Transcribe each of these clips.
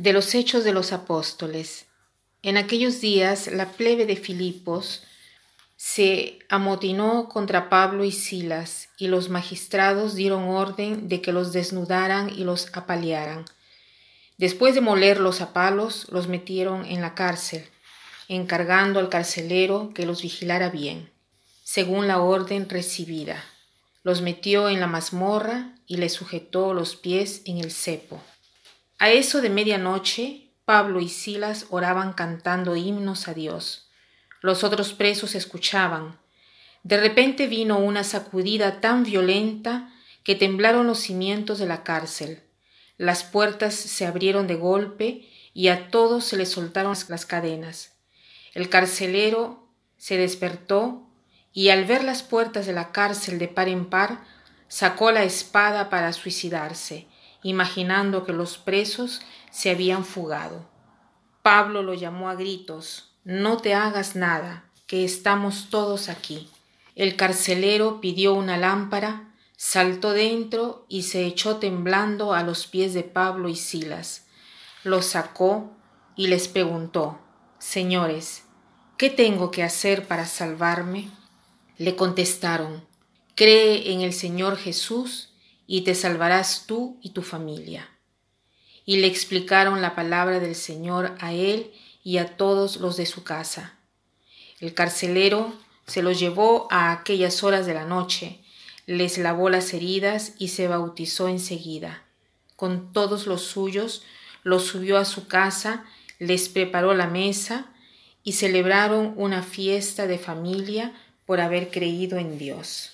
De los Hechos de los Apóstoles. En aquellos días la plebe de Filipos se amotinó contra Pablo y Silas, y los magistrados dieron orden de que los desnudaran y los apalearan. Después de molerlos a palos, los metieron en la cárcel, encargando al carcelero que los vigilara bien, según la orden recibida. Los metió en la mazmorra y les sujetó los pies en el cepo. A eso de medianoche, Pablo y Silas oraban cantando himnos a Dios. Los otros presos escuchaban. De repente vino una sacudida tan violenta que temblaron los cimientos de la cárcel. Las puertas se abrieron de golpe y a todos se les soltaron las cadenas. El carcelero se despertó y al ver las puertas de la cárcel de par en par, sacó la espada para suicidarse, imaginando que los presos se habían fugado. Pablo lo llamó a gritos: «No te hagas nada, que estamos todos aquí». El carcelero pidió una lámpara, saltó dentro y se echó temblando a los pies de Pablo y Silas. Los sacó y les preguntó: «Señores, ¿qué tengo que hacer para salvarme?». Le contestaron: «Cree en el Señor Jesús y te salvarás tú y tu familia». Y le explicaron la palabra del Señor a él y a todos los de su casa. El carcelero se los llevó a aquellas horas de la noche, les lavó las heridas y se bautizó enseguida. Con todos los suyos los subió a su casa, les preparó la mesa y celebraron una fiesta de familia por haber creído en Dios.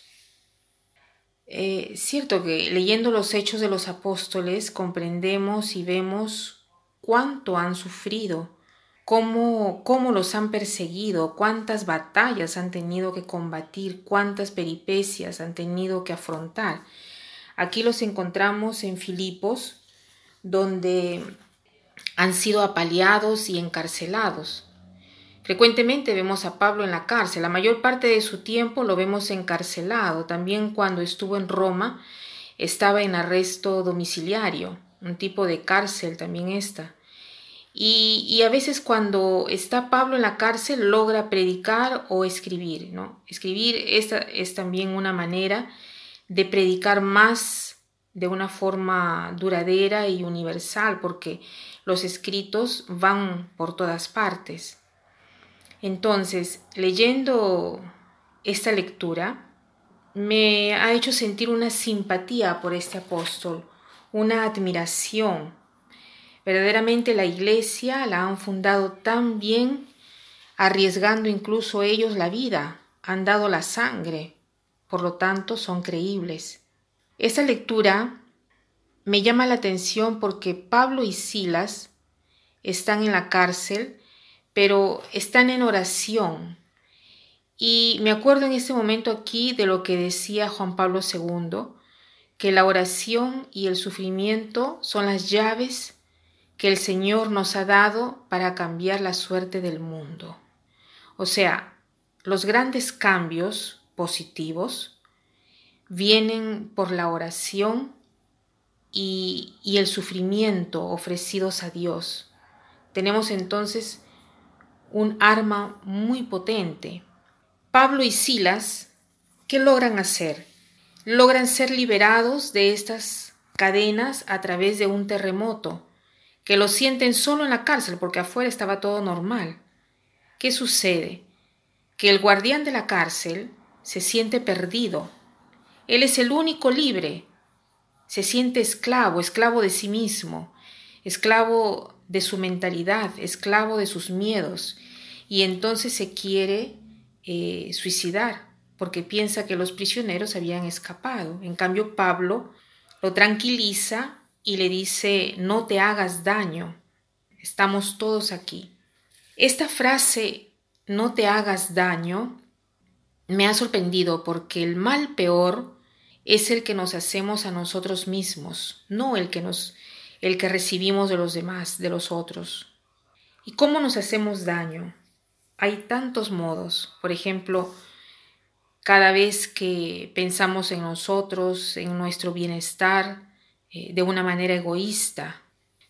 Cierto que leyendo los Hechos de los Apóstoles comprendemos y vemos cuánto han sufrido, cómo los han perseguido, cuántas batallas han tenido que combatir, cuántas peripecias han tenido que afrontar. Aquí los encontramos en Filipos, donde han sido apaleados y encarcelados. Frecuentemente vemos a Pablo en la cárcel, la mayor parte de su tiempo lo vemos encarcelado. También cuando estuvo en Roma estaba en arresto domiciliario, un tipo de cárcel también esta. Y a veces cuando está Pablo en la cárcel logra predicar o escribir, ¿no? Escribir esta es también una manera de predicar más de una forma duradera y universal, porque los escritos van por todas partes. Entonces, leyendo esta lectura, me ha hecho sentir una simpatía por este apóstol, una admiración. Verdaderamente la iglesia la han fundado tan bien, arriesgando incluso ellos la vida, han dado la sangre, por lo tanto son creíbles. Esta lectura me llama la atención porque Pablo y Silas están en la cárcel, pero están en oración. Y me acuerdo en este momento aquí de lo que decía Juan Pablo II, que la oración y el sufrimiento son las llaves que el Señor nos ha dado para cambiar la suerte del mundo. O sea, los grandes cambios positivos vienen por la oración y el sufrimiento ofrecidos a Dios. Tenemos entonces un arma muy potente. Pablo y Silas, ¿qué logran hacer? Logran ser liberados de estas cadenas a través de un terremoto, que lo sienten solo en la cárcel porque afuera estaba todo normal. ¿Qué sucede? Que el guardián de la cárcel se siente perdido. Él es el único libre. Se siente esclavo de sí mismo, esclavo de su mentalidad, esclavo de sus miedos, y entonces se quiere suicidar porque piensa que los prisioneros habían escapado. En cambio, Pablo lo tranquiliza y le dice: «No te hagas daño, estamos todos aquí». Esta frase, «no te hagas daño», me ha sorprendido porque el mal peor es el que nos hacemos a nosotros mismos, no el que recibimos de los demás, de los otros. ¿Y cómo nos hacemos daño? Hay tantos modos. Por ejemplo, cada vez que pensamos en nosotros, en nuestro bienestar, de una manera egoísta.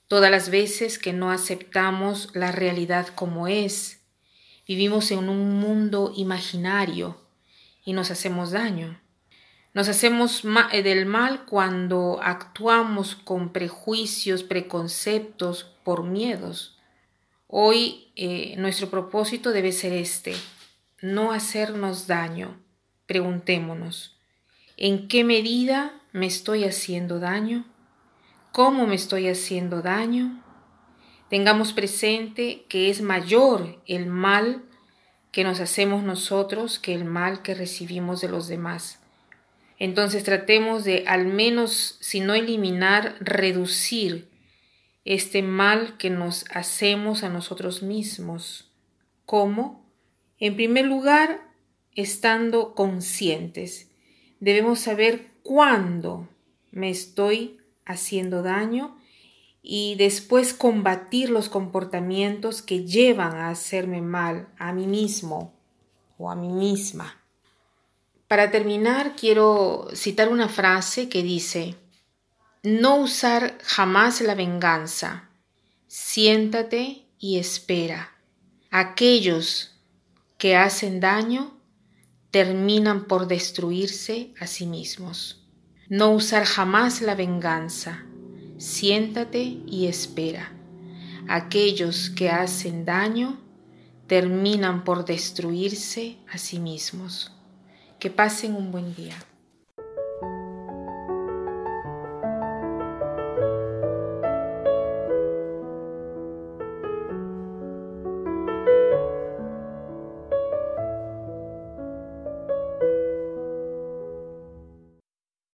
todas las veces que no aceptamos la realidad como es. Vivimos en un mundo imaginario y nos hacemos daño. Nos hacemos del mal cuando actuamos con prejuicios, preconceptos, por miedos. Hoy nuestro propósito debe ser no hacernos daño. Preguntémonos, ¿en qué medida me estoy haciendo daño? ¿Cómo me estoy haciendo daño? Tengamos presente que es mayor el mal que nos hacemos nosotros que el mal que recibimos de los demás. Entonces tratemos de, al menos, si no eliminar, reducir este mal que nos hacemos a nosotros mismos. ¿Cómo? En primer lugar, estando conscientes. Debemos saber cuándo me estoy haciendo daño y después combatir los comportamientos que llevan a hacerme mal a mí mismo o a mí misma. Para terminar, quiero citar una frase que dice: no usar jamás la venganza. Siéntate y espera. Aquellos que hacen daño terminan por destruirse a sí mismos. No usar jamás la venganza. Siéntate y espera. Aquellos que hacen daño terminan por destruirse a sí mismos. Que pasen un buen día.